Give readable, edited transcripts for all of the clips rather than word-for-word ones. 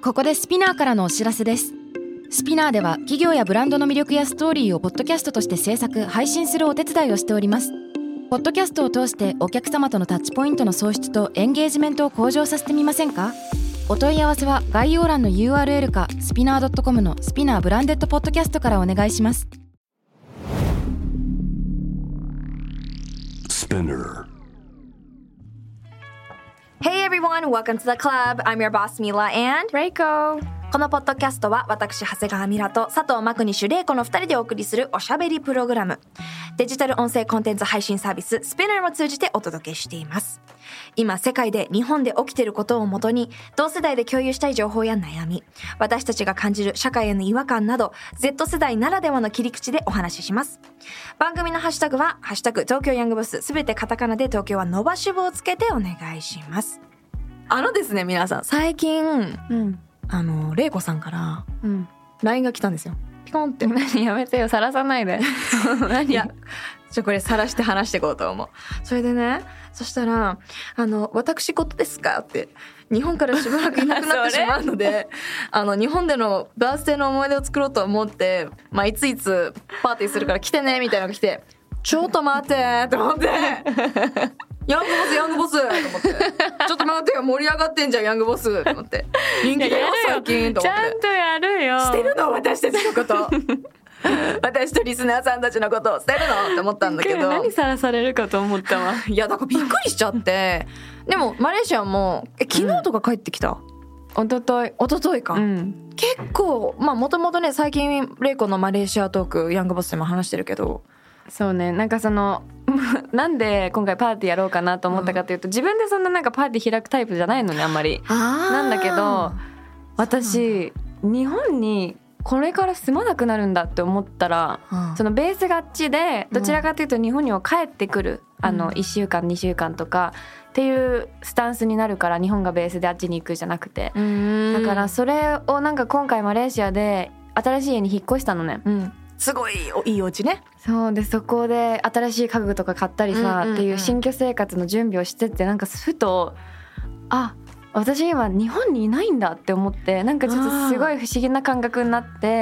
ここでスピナーからのお知らせです。スピナーでは企業やブランドの魅力やストーリーをポッドキャストとして制作・配信するお手伝いをしております。ポッドキャストを通してお客様とのタッチポイントの創出とエンゲージメントを向上させてみませんか？お問い合わせは概要欄の URL かスピナー .com のスピナーブランデッドポッドキャストからお願いします。 Hey everyone, welcome to the club. I'm your boss Mila and Reiko。 このポッドキャストは私長谷川ミラと佐藤真国主玲子の2人でお送りするおしゃべりプログラム。デジタル音声コンテンツ配信サービススピナーを通じてお届けしています。今世界で日本で起きていることをもとに同世代で共有したい情報や悩み、私たちが感じる社会への違和感など Z 世代ならではの切り口でお話しします。番組のハッシュタグはハッシュタグ東京ヤングボス、すべてカタカナで東京は伸ばし棒をつけてお願いします。ですね、皆さん最近、玲子さんから、LINE が来たんですよ。ピコンって。 何、やめてよ、さらさないで。 いや、これさらして話していこうと思う。それでね、そしたら私事ですかって、日本からしばらくいなくなってしまうので日本でのバースデーの思い出を作ろうと思って、いついつパーティーするから来てねみたいなのが来て、ちょっと待ってと思ってヤングボスと思って、ちょっと待ってよ、盛り上がってんじゃんヤングボスと思って、人気だよ最近と思って、 ちゃんとやるよ。 してるの私たちのこと私とリスナーさんたちのことを捨てるのって思ったんだけど、 何さらされるかと思ったわ。 いやだからびっくりしちゃってでもマレーシアも昨日とか帰ってきた、 一昨日か、結構もともとね、最近レイコのマレーシアトークヤングボスでも話してるけど、 そうね、なんかなんで今回パーティーやろうかなと思ったかというと、自分でそんななんかパーティー開くタイプじゃないのね、あんまり。なんだけど私日本にこれから住まなくなるんだって思ったら、そのベースがあっちでどちらかというと日本には帰ってくる、1週間2週間とかっていうスタンスになるから、日本がベースであっちに行くじゃなくて、だからそれをなんか今回マレーシアで新しい家に引っ越したのね、 すごいいいお家ね。 そうで、そこで新しい家具とか買ったりさ、っていう新居生活の準備をしてって、なんかふと私今日本にいないんだって思って、なんかちょっとすごい不思議な感覚になって、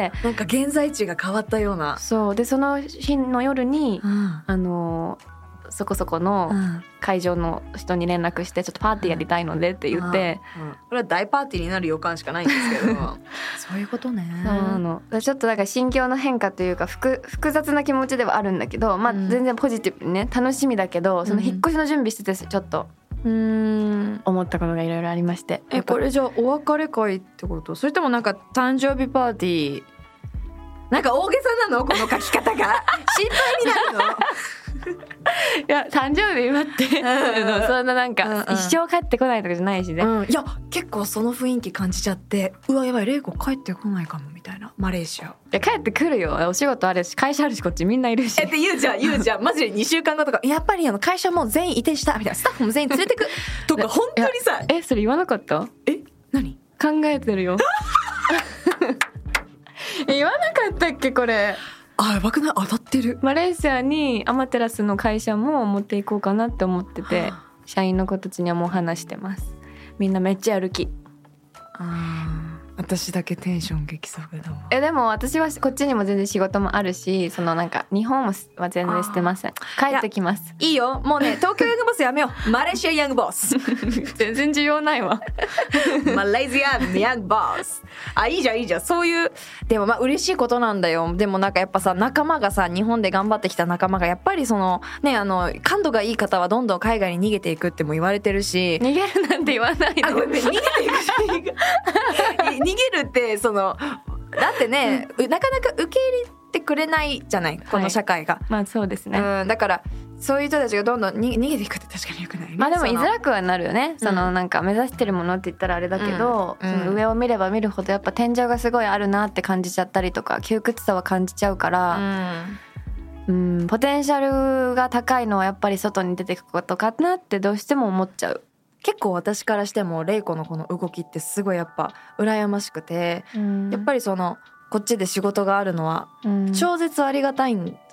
なんか現在地が変わったような。 そうで、その日の夜に、そこそこの会場の人に連絡して、ちょっとパーティーやりたいのでって言って、 これは大パーティーになる予感しかないんですけどそういうことね。 ちょっとだから心境の変化というか、複雑な気持ちではあるんだけど、全然ポジティブにね、楽しみだけど、その引っ越しの準備しててちょっと思ったことがいろいろありまして。 これじゃあお別れ会ってこと？それともなんか誕生日パーティー、なんか大げさなのこの書き方が心配になるのいや、誕生日祝ってそんななんか一生帰ってこないとかじゃないしね、 いや結構その雰囲気感じちゃって、うわやばい、レイコ帰ってこないかもみたいな。マレーシア、いや帰ってくるよ、お仕事あるし会社あるし、こっちみんないるしって言うじゃんマジで2週間後とか、やっぱり会社も全員移転したみたいな、スタッフも全員連れてくとか本当にさ、 それ言わなかった？ 何考えてるよ言わなかったっけこれ。 やばくない？当たってる。 マレーシアにアマテラスの会社も持っていこうかなって思ってて、社員の子たちにはもう話してます。みんなめっちゃやる気。 私だけテンション激下げだわ。 でも私はこっちにも全然仕事もあるし、なんか日本は全然捨てません。帰ってきます。 いいよ、もうね、東京ヤングボスやめよう。マレーシアヤングボス全然需要ないわマレーシアヤングボス。いいじゃん。そういう、でも嬉しいことなんだよ。でもなんかやっぱさ、仲間がさ、日本で頑張ってきた仲間がやっぱり感度がいい方はどんどん海外に逃げていくっても言われてるし。 逃げるなんて言わないで。 ごめん、逃げていく逃げるってだってね、なかなか受け入れてくれないじゃない、この社会が。 そうですね。 だからそういう人たちがどんどん逃げていくって確かに良くないね。 でも居づらくはなるよね。なんか目指してるものって言ったらあれだけど、その上を見れば見るほどやっぱ天井がすごいあるなって感じちゃったりとか、窮屈さは感じちゃうから、ポテンシャルが高いのはやっぱり外に出ていくことかなってどうしても思っちゃう。結構私からしてもレイコのこの動きってすごいやっぱ羨ましくて、やっぱりこっちで仕事があるのは超絶ありがたい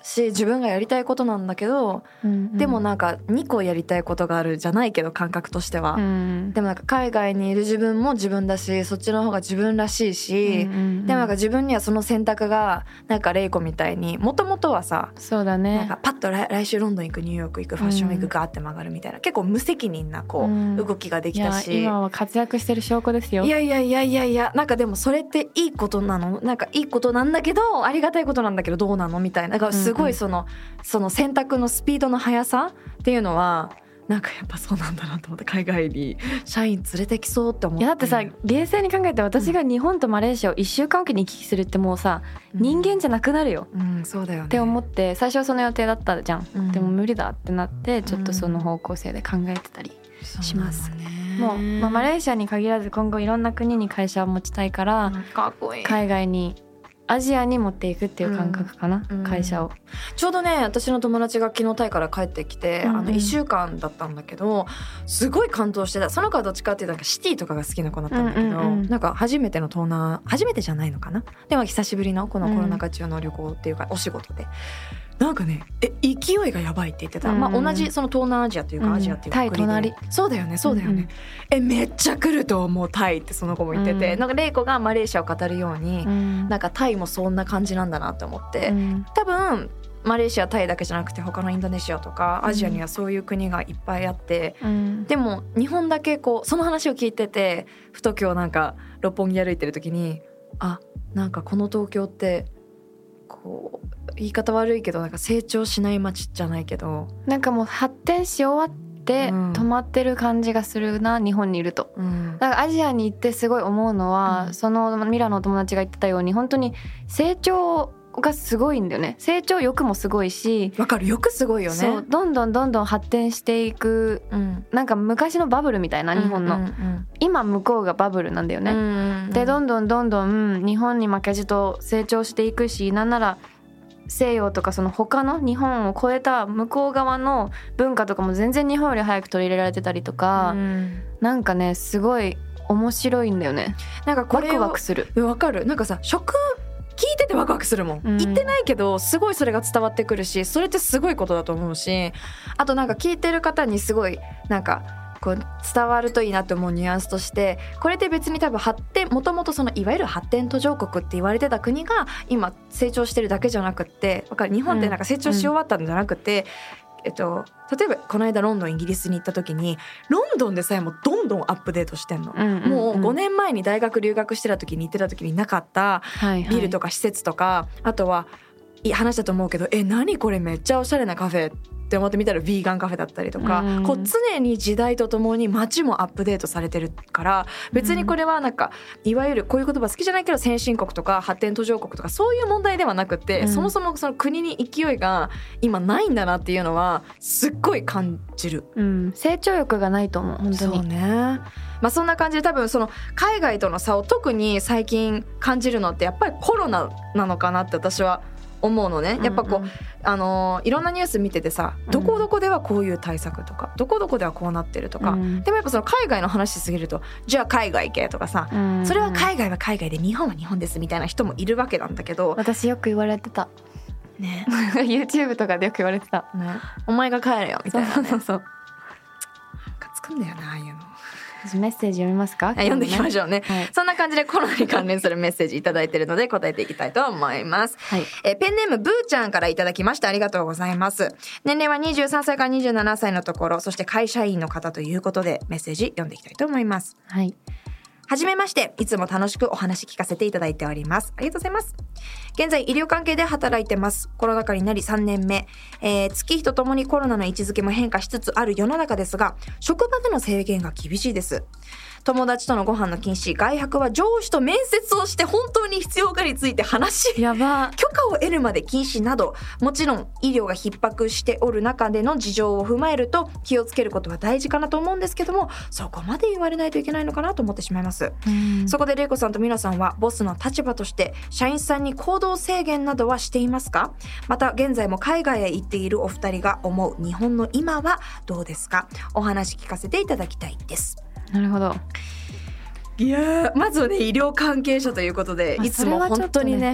し自分がやりたいことなんだけど、でもなんか2個やりたいことがあるじゃないけど感覚としては、でもなんか海外にいる自分も自分だしそっちの方が自分らしいし、でもなんか自分にはその選択がなんかレイコみたいにもともとはさ、 そうだね、 なんかパッと来週ロンドン行くニューヨーク行くファッションウィークガーって曲がるみたいな、結構無責任なこう動きができたし、 いや今は活躍してる証拠ですよ。 いやなんかでもそれっていいことなの、なんかいいことなんだけどありがたいことなんだけどどうなのみたいな、だからすごいその選択のスピードの速さっていうのはなんかやっぱそうなんだなと思って、海外に社員連れてきそうって思って。 いやだってさ冷静に考えて私が日本とマレーシアを1週間おきに行き来するってもうさ、人間じゃなくなるよ、 そうだよねって思って最初はその予定だったじゃん、でも無理だってなってちょっとその方向性で考えてたりします、もう、マレーシアに限らず今後いろんな国に会社を持ちたいから、 かっこいい、 海外にアジアに持っていくっていう感覚かな、会社を。 ちょうどね私の友達が昨日タイから帰ってきて、1週間だったんだけどすごい感動してた。その子はどっちかっていうとなんかシティとかが好きな子だったんだけど、なんか初めての東南初めてじゃないのかな、でも久しぶりのこのコロナ禍中の旅行っていうかお仕事で、なんかね勢いがやばいって言ってた、同じその東南アジアというかアジアっていうかタイ隣、 そうだよね、めっちゃ来ると思うタイってその子も言ってて、なんかレイコがマレーシアを語るように、なんかタイもそんな感じなんだなって思って、多分マレーシアタイだけじゃなくて他のインドネシアとかアジアにはそういう国がいっぱいあって、でも日本だけこうその話を聞いててふと今日なんか六本木歩いてる時になんかこの東京ってこう言い方悪いけどなんか成長しない街じゃないけどなんかもう発展し終わって止まってる感じがするな、日本にいると、だからアジアに行ってすごい思うのは、そのミラのお友達が言ってたように本当に成長がすごいんだよね。成長欲もすごいし、 わかる、欲すごいよね。 そうどんどん発展していく、なんか昔のバブルみたいな日本の、今向こうがバブルなんだよね、でどんどん日本に負けじと成長していくし、なんなら西洋とかその他の日本を超えた向こう側の文化とかも全然日本より早く取り入れられてたりとか、なんかねすごい面白いんだよね。なんかこれワクワクする。 わかる。なんかさ食聞いててワクワクするもん、言ってないけどすごいそれが伝わってくるし、それってすごいことだと思うし、あとなんか聞いてる方にすごいなんかこう伝わるといいなと思うニュアンスとして、これって別に多分もともとそのいわゆる発展途上国って言われてた国が今成長してるだけじゃなくって、わかる、日本ってなんか成長し終わったんじゃなくて、例えばこの間ロンドンイギリスに行った時にロンドンでさえもどんどんアップデートしてんの、もう5年前に大学留学してた時に行ってた時になかったビルとか施設とか、あとは話したと思うけど何これめっちゃおしゃれなカフェって思ってみたらヴィーガンカフェだったりとか、こう常に時代とともに街もアップデートされてるから、別にこれはなんかいわゆるこういう言葉好きじゃないけど先進国とか発展途上国とかそういう問題ではなくて、そもそもその国に勢いが今ないんだなっていうのはすっごい感じる、 成長欲がないと思う本当に。 そうね。そんな感じで多分その海外との差を特に最近感じるのってやっぱりコロナなのかなって私は思うのね。やっぱこう、いろんなニュース見ててさ、どこどこではこういう対策とか、どこどこではこうなってるとか、でもやっぱその海外の話しすぎるとじゃあ海外行けとかさ、それは海外は海外で日本は日本ですみたいな人もいるわけなんだけど、 私よく言われてたねYouTube とかでよく言われてた、 ね、お前が帰れよみたいな、ね、 そうムカつくんだよなああいうの。 メッセージ読みますか？ 読んでいきましょうね、そんな感じでコロナに関連するメッセージいただいているので答えていきたいと思います、ペンネームブーちゃんからいただきました。ありがとうございます。年齢は23歳から27歳のところ、そして会社員の方ということでメッセージ読んでいきたいと思います。はじめまして。いつも楽しくお話聞かせていただいております。ありがとうございます。現在医療関係で働いてます。コロナ禍になり3年目、月日とともにコロナの位置づけも変化しつつある世の中ですが、職場での制限が厳しいです。友達とのご飯の禁止、外泊は上司と面接をして本当に必要かについて話し、 やば、 許可を得るまで禁止など、もちろん医療が逼迫しておる中での事情を踏まえると気をつけることは大事かなと思うんですけども、そこまで言われないといけないのかなと思ってしまいます。そこでレイコさんとミラさんはボスの立場として社員さんに行動制限などはしていますか？また現在も海外へ行っているお二人が思う日本の今はどうですか？お話聞かせていただきたいです。 なるほど。 いやまずはね、医療関係者ということで、いつも本当にね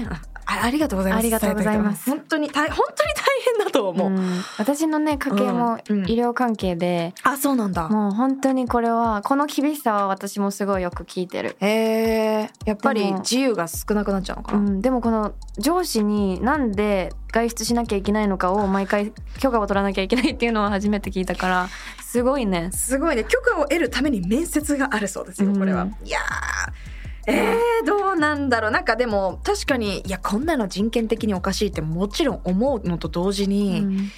ありがとうございます。 ありがとうございます。 本当に大変だと思う。 私のね家系も医療関係で、 あ、そうなんだ。 もう本当にこの厳しさは私もすごいよく聞いてる。 やっぱり自由が少なくなっちゃうのかな。 でもこの上司になんで外出しなきゃいけないのかを毎回許可を取らなきゃいけないっていうのは初めて聞いたから、すごいね。 許可を得るために面接があるそうですよ、これは。いやどうなんだろう。なんかでも確かに、いやこんなの人権的におかしいってもちろん思うのと同時に、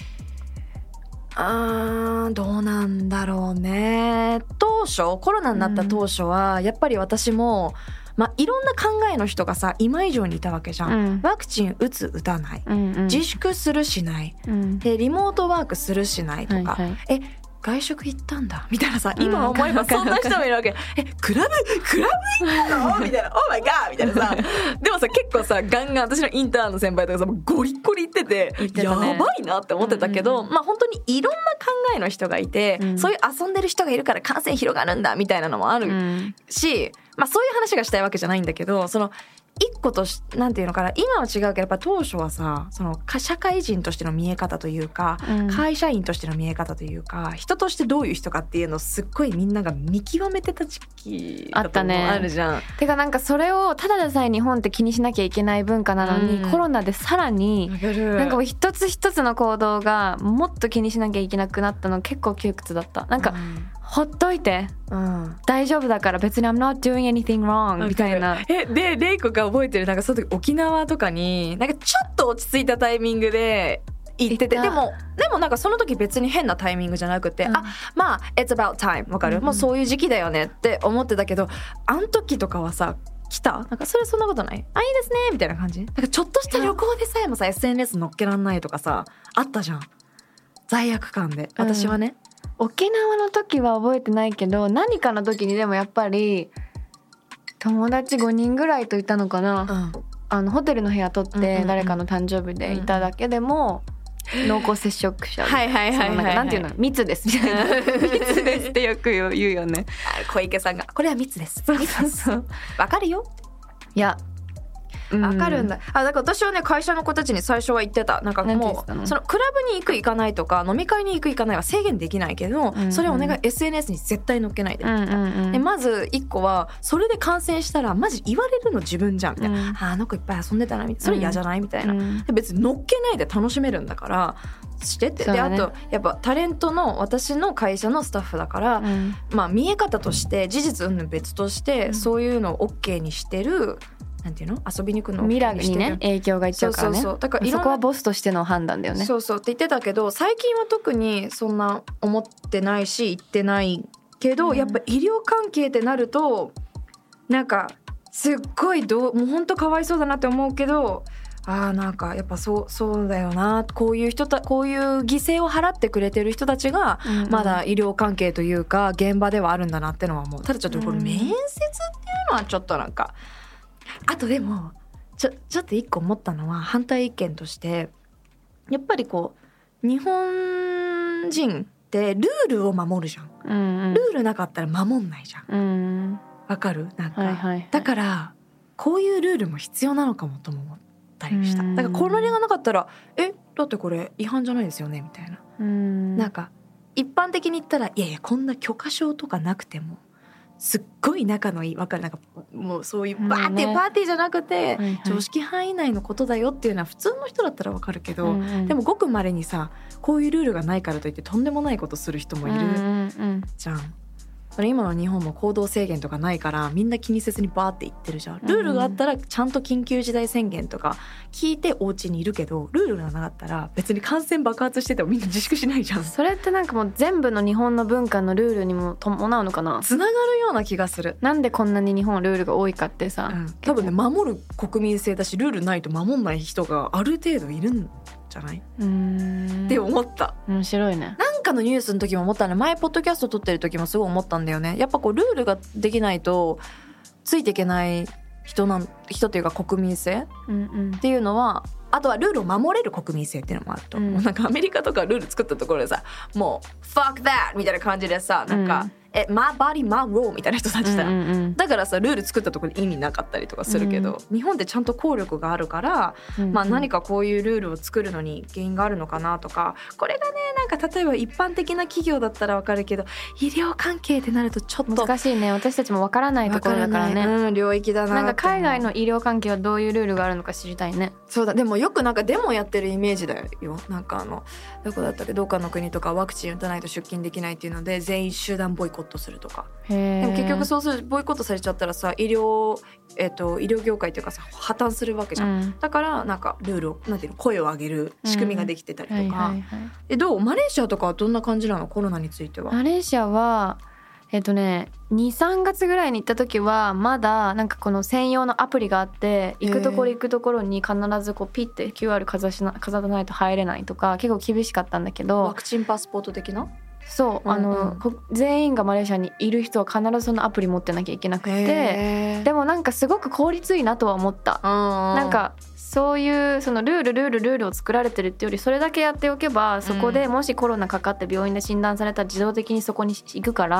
どうなんだろうね。コロナになった当初はやっぱり私もいろんな考えの人がさ今以上にいたわけじゃん。ワクチン打つ打たない、自粛するしない、でリモートワークするしないとか、外食行ったんだみたいなさ、今思えばそんな人もいるわけ。クラブ行ったのみたいな、オーマイガーみたいなさ。でもさ結構さガンガン私のインターンの先輩とかさゴリッゴリ言ってて、やばいなって思ってたけど、本当にいろんな考えの人がいて、そういう遊んでる人がいるから感染広がるんだみたいなのもあるし、そういう話がしたいわけじゃないんだけど、その一個となんていうのかな、今は違うけどやっぱ当初はさ、その社会人としての見え方というか、会社員としての見え方というか、人としてどういう人かっていうのをすっごいみんなが見極めてた時期だともあるじゃん。 てかなんかそれをただでさえ日本って気にしなきゃいけない文化なのに、コロナでさらになんかもう一つ一つの行動がもっと気にしなきゃいけなくなったの結構窮屈だった。なんか、ほっといて、大丈夫だから別に I'm not doing anything wrong みたいな。 でレイコが覚えてる、なんかその時沖縄とかになんかちょっと落ち着いたタイミングで行ってて、でもなんかその時別に変なタイミングじゃなくて、it's about time わかる、もうそういう時期だよねって思ってたけど、あの時とかはさ来たなんかそれそんなことない、いいですねみたいな感じ。なんかちょっとした旅行でさえもさ SNS 乗っけらんないとかさあったじゃん、罪悪感で。私はね、 沖縄の時は覚えてないけど、何かの時にでもやっぱり友達5人ぐらいといたのかな、ホテルの部屋取って誰かの誕生日でいただけでも濃厚接触者、なんていうの、密ですみたいな密ですってよく言うよね。 小池さんがこれは密です。わかるよ。いやわかるんだ。だから私はね会社の子たちに最初は言ってた。なんかもうそのクラブに行く行かないとか飲み会に行く行かないは制限できないけど、それをお願い SNS に絶対載っけないでって言った。でまず1個はそれで感染したらマジ言われるの自分じゃんみたいな、あの子いっぱい遊んでたなみたいな、それ嫌じゃないみたいな、で別に載っけないで楽しめるんだからしてって。であとやっぱタレントの私の会社のスタッフだから、見え方として事実云々別として、そういうのを OK にしてる、なんていうの、遊びに行くの未来にね影響がいっちゃうからね。だからそこはボスとしての判断だよね。 そうって言ってたけど、最近は特にそんな思ってないし言ってないけど、やっぱ医療関係ってなるとなんかすっごいもう本当かわいそうだなって思うけど、なんかやっぱそうだよな、こういう犠牲を払ってくれてる人たちがまだ医療関係というか現場ではあるんだなってのはもう。ただちょっとこれ面接っていうのはちょっとなんか、あとでもちょっと一個思ったのは反対意見として、やっぱりこう日本人ってルールを守るじゃん、ルールなかったら守んないじゃん、わかる？なんか、だからこういうルールも必要なのかもとも思ったりした。だからこれがなかったらだってこれ違反じゃないですよねみたいな、なんか一般的に言ったらいやこんな許可証とかなくてもすっごい仲のいい、わかる、なんかもうそういうバーってパーティーじゃなくて、常識範囲内のことだよっていうのは普通の人だったらわかるけど、でもごく稀にさこういうルールがないからといってとんでもないことする人もいるじゃん。今の日本も行動制限とかないからみんな気にせずにバーって言ってるじゃん。ルールがあったらちゃんと緊急事態宣言とか聞いてお家にいるけど、ルールがなかったら別に感染爆発しててもみんな自粛しないじゃん。 それってなんかもう全部の日本の文化のルールにも伴うのかな。 つながるような気がする。なんでこんなに日本ルールが多いかってさ、 多分ね守る国民性だし、ルールないと守んない人がある程度いるんじゃないって思った。 面白いね。 なんかのニュースの時も思ったね。前ポッドキャスト撮ってる時もすごい思ったんだよね。やっぱこうルールができないとついていけない人というか国民性っていうのは、あとはルールを守れる国民性っていうのもあると、なんかアメリカとかルール作ったところでさ、もう fuck that みたいな感じでさ、なんか my body my rule みたいな人たちだ、だからさルール作ったところに意味なかったりとかするけど、日本ってちゃんと効力があるから、まあ、何かこういうルールを作るのに原因があるのかなとか、これがねなんか例えば一般的な企業だったら分かるけど医療関係ってなるとちょっと難しいね。私たちも分からないところだからね、 領域だな。 なんか海外の医療関係はどういうルールがあるのか知りたいね。 そうだ、でもよくなんかデモやってるイメージだよ。なんかどこだったっけ、どっかの国とかワクチン打たないと出勤できないっていうので全員集団ボイコットするとか。でも結局そうするボイコットされちゃったらさ医療業界っていうかさ破綻するわけじゃん、だからなんかルールをなんていうの声を上げる仕組みができてたりとか、どうマレーシアとかはどんな感じなの、コロナについては。 マレーシアは2,3 月ぐらいに行った時はまだなんかこの専用のアプリがあって、行くところ行くところに必ずこうピッて QR かざらないと入れないとか結構厳しかったんだけど、 ワクチンパスポート的な。 そう、全員がマレーシアにいる人は必ずそのアプリ持ってなきゃいけなくて、でもなんかすごく効率いいなとは思った。なんかそういうそのルールを作られてるっていうより、それだけやっておけばそこでもしコロナかかって病院で診断されたら自動的にそこに行くから、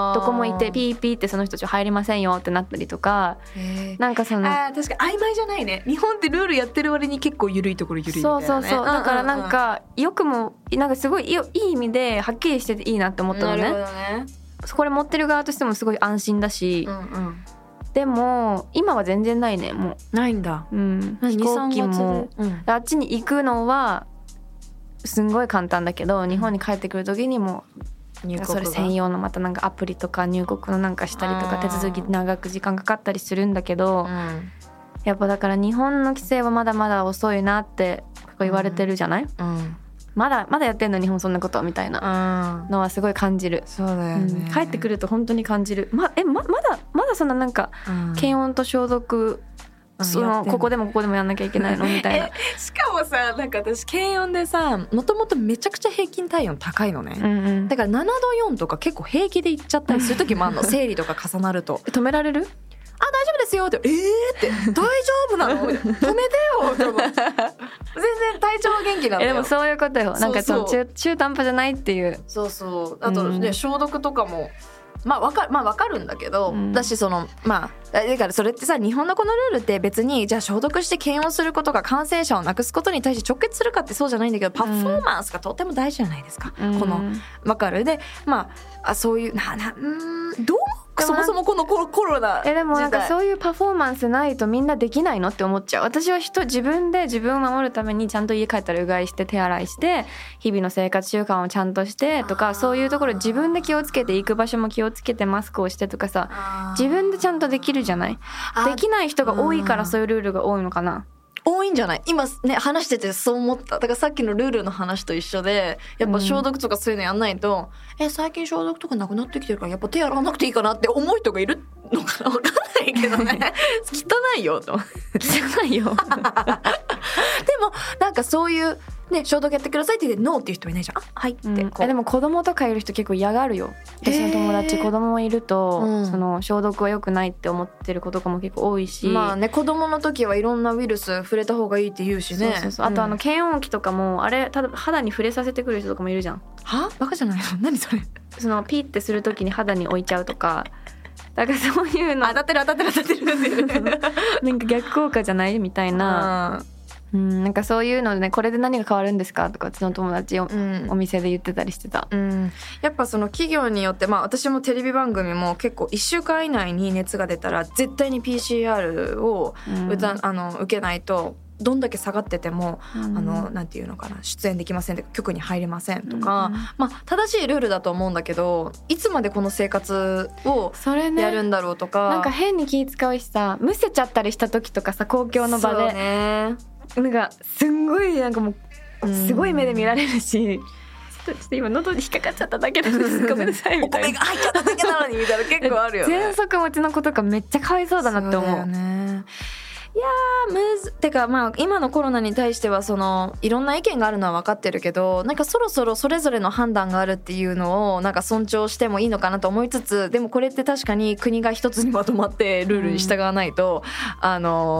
どこもいてピーピーってその人たち入りませんよってなったりとか、なんかその確かに曖昧じゃないね。日本ってルールやってる割に結構緩いところ緩いみたいなね。 そうだからなんかよくもなんかすごいいい意味ではっきりしてていいなって思ったのね。 なるほどね。 これ持ってる側としてもすごい安心だし、でも今は全然ないね。もうないんだ、 飛行機も、あっちに行くのはすんごい簡単だけど、日本に帰ってくる時にもそれ専用のまたなんかアプリとか入国のなんかしたりとか手続き長く時間かかったりするんだけど、やっぱだから日本の規制はまだまだ遅いなって言われてるじゃない、まだやってんの日本そんなことみたいなのはすごい感じる。 そうだよね、 帰ってくると本当に感じる。まだそんななんか検温と消毒、ここでもやんなきゃいけないのみたいなしかもさ、なんか私検温でさもともとめちゃくちゃ平均体温高いのね、だから7度4とか結構平気でいっちゃったりする時もあるの生理とか重なると止められる？ 大丈夫ですよってって大丈夫なの止めてよって思う全然体調は元気なんだよ。 でもそういうことよ。なんか中途半端じゃないっていう。 そうあとね、消毒とかもわかるんだけど、だしだからそれってさ、日本のこのルールって別にじゃあ消毒して検温することが感染者をなくすことに対して直結するかってそうじゃないんだけど、パフォーマンスがとても大事じゃないですか、このわかるでそういうどうそもそもこのコロナでもなんかそういうパフォーマンスないとみんなできないのって思っちゃう。私は自分で自分を守るためにちゃんと家帰ったらうがいして手洗いして日々の生活習慣をちゃんとしてとか、そういうところ自分で気をつけて、行く場所も気をつけてマスクをしてとかさ、自分でちゃんとできるじゃない。できない人が多いからそういうルールが多いのかな。 多いんじゃない？今ね話しててそう思った。だからさっきのルールの話と一緒で、やっぱ消毒とかそういうのやんないと、最近消毒とかなくなってきてるからやっぱ手洗わなくていいかなって思う人がいるのかな、分かんないけどね汚いよと汚いよでもなんかそういうね、消毒やってくださいって言ってノーっていう人いないじゃん。はいって、 でも子供とかいる人結構嫌がるよ。私の友達子供いると、その消毒は良くないって思ってる子とかも結構多いし、 子供の時はいろんなウイルス触れた方がいいって言うしね。 あと検温器とかもあれただ肌に触れさせてくる人とかもいるじゃん。 バカじゃないの？何それ？ そのピッてする時に肌に置いちゃうとか、だからそういうの当たってるなんか逆効果じゃないみたいな。なんかそういうのでね、これで何が変わるんですかとかうちの友達お店で言ってたりしてた、 やっぱその企業によって、私もテレビ番組も結構1週間以内に熱が出たら絶対に PCR を受けないとどんだけ下がってても、なんていうのかな、出演できませんとか局に入れませんとか、正しいルールだと思うんだけど、いつまでこの生活をやるんだろうとか、 なんか変に気使うしさ、むせちゃったりした時とかさ、公共の場で、なんかすんごいなんかもうすごい目で見られるし、ちょっと今喉に引っかかっちゃっただけなんですごめんなさいみたいな、お米が入っちゃっただけなのにみたいな結構あるよね。喘息持ちの子とかめっちゃかわいそうだなって思う。そうだよね。いやてか今のコロナに対してはそのいろんな意見があるのは分かってるけど、なんかそろそろそれぞれの判断があるっていうのをなんか尊重してもいいのかなと思いつつ、でもこれって確かに国が一つにまとまってルールに従わないと、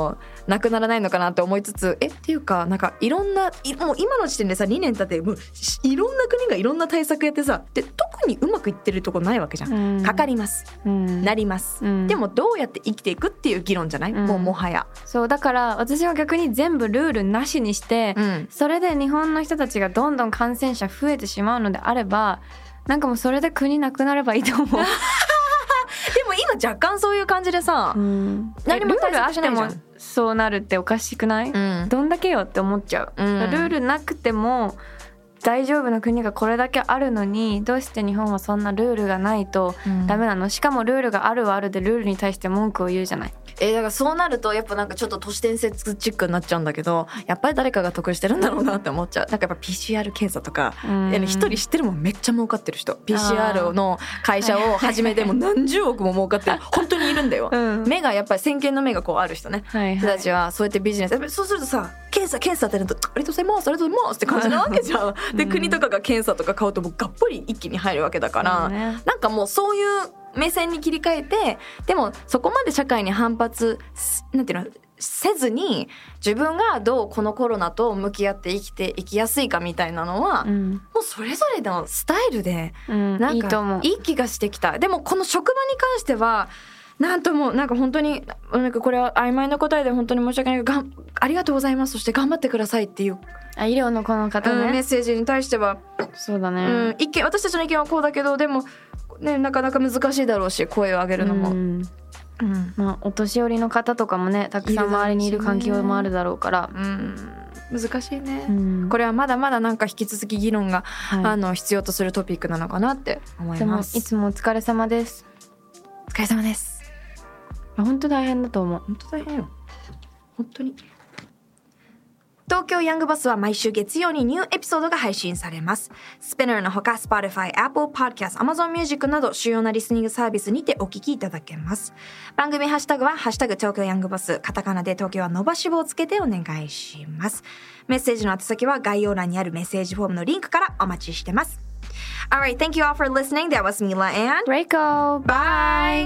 なくならないのかなって思いつつ、っていうかなんかいろんなもう今の時点でさ2年経ってもういろんな国がいろんな対策やってさ、で特にうまくいってるとこないわけじゃん、かかります、なります、でもどうやって生きていくっていう議論じゃない、もはや。 そうだから私は逆に全部ルールなしにして、それで日本の人たちがどんどん感染者増えてしまうのであれば、なんかもうそれで国なくなればいいと思う。 でも今若干そういう感じでさ、何も対策しないじゃん。 ルールあってもそうなるっておかしくない？どんだけよって思っちゃう。ルールなくても大丈夫な国がこれだけあるのに、どうして日本はそんなルールがないとダメなの？しかもルールがあるはあるでルールに対して文句を言うじゃない。 だからそうなるとやっぱなんかちょっと都市伝説チックになっちゃうんだけど、やっぱり誰かが得してるんだろうなって思っちゃう。なんかやっぱ PCR 検査とか、一人知ってるもん、めっちゃ儲かってる人、 PCR の会社を始めても何十億も儲かってる本当にいるんだよ、目がやっぱり先見の目がこうある人ね、人たちはそうやってビジネス、やっぱりそうするとさ、検査ってなるとありがとうございますありがとうございますって感じなわけじゃん。で国とかが検査とか買うともうがっぽり一気に入るわけだから、なんかもうそういう目線に切り替えて、でもそこまで社会に反発なんていうのせずに、自分がどうこのコロナと向き合って生きていきやすいかみたいなのは、もうそれぞれのスタイルでなんかいい気がしてきた。でもこの職場に関してはなんともなんか本当になんかこれは曖昧な答えで本当に申し訳ないけど、ありがとうございます、そして頑張ってくださいっていう医療のこの方ね、 メッセージに対してはそうだね、 私たちの意見はこうだけど、でもね、なかなか難しいだろうし、声を上げるのも、 まあ、お年寄りの方とかもねたくさん周りにいる環境もあるだろうから、 難しいね、これはまだまだなんか引き続き議論が、必要とするトピックなのかなって思います。 でもいつもお疲れ様です。 お疲れ様です。 本当大変だと思う。 本当大変よ、本当に。東京ヤングバスは毎週月曜にニューエピソードが配信されます。Spinner のほか Spotify、Apple Podcast、Amazon Music など主要なリスニングサービスにてお聞きいただけます。番組ハッシュタグはハッシュタグ東京ヤングバス、カタカナで東京は伸ばし棒をつけてお願いします。メッセージの宛先は概要欄にあるメッセージフォームのリンクからお待ちしてます。Alright, thank you all for listening. That was Mila and Reiko. Bye!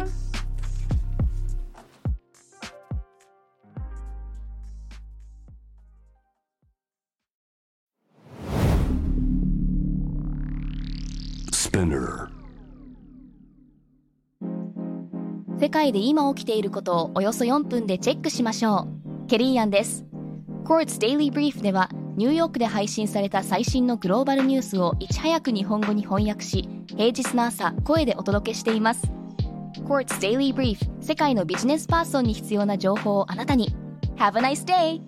Spinner. 世界で今起きていることをおよそ4分でチェックしましょう。ケリーアンです。Quartz Daily Brief ではニューヨークで配信された最新のグローバルニュースをいち早く日本語に翻訳し、平日の朝声でお届けしています。Quartz Daily Brief、 世界のビジネスパーソンに必要な情報をあなたに。 Have a nice day!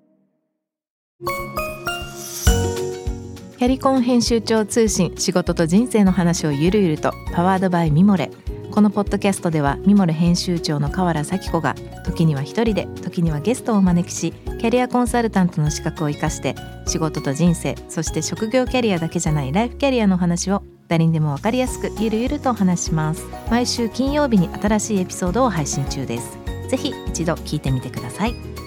キャリコン編集長通信、仕事と人生の話をゆるゆると、パワードバイミモレ。このポッドキャストではミモレ編集長の河原咲子が時には一人で、時にはゲストをお招きし、キャリアコンサルタントの資格を生かして仕事と人生、そして職業キャリアだけじゃないライフキャリアの話を誰にでも分かりやすくゆるゆるとお話します。毎週金曜日に新しいエピソードを配信中です。ぜひ一度聞いてみてください。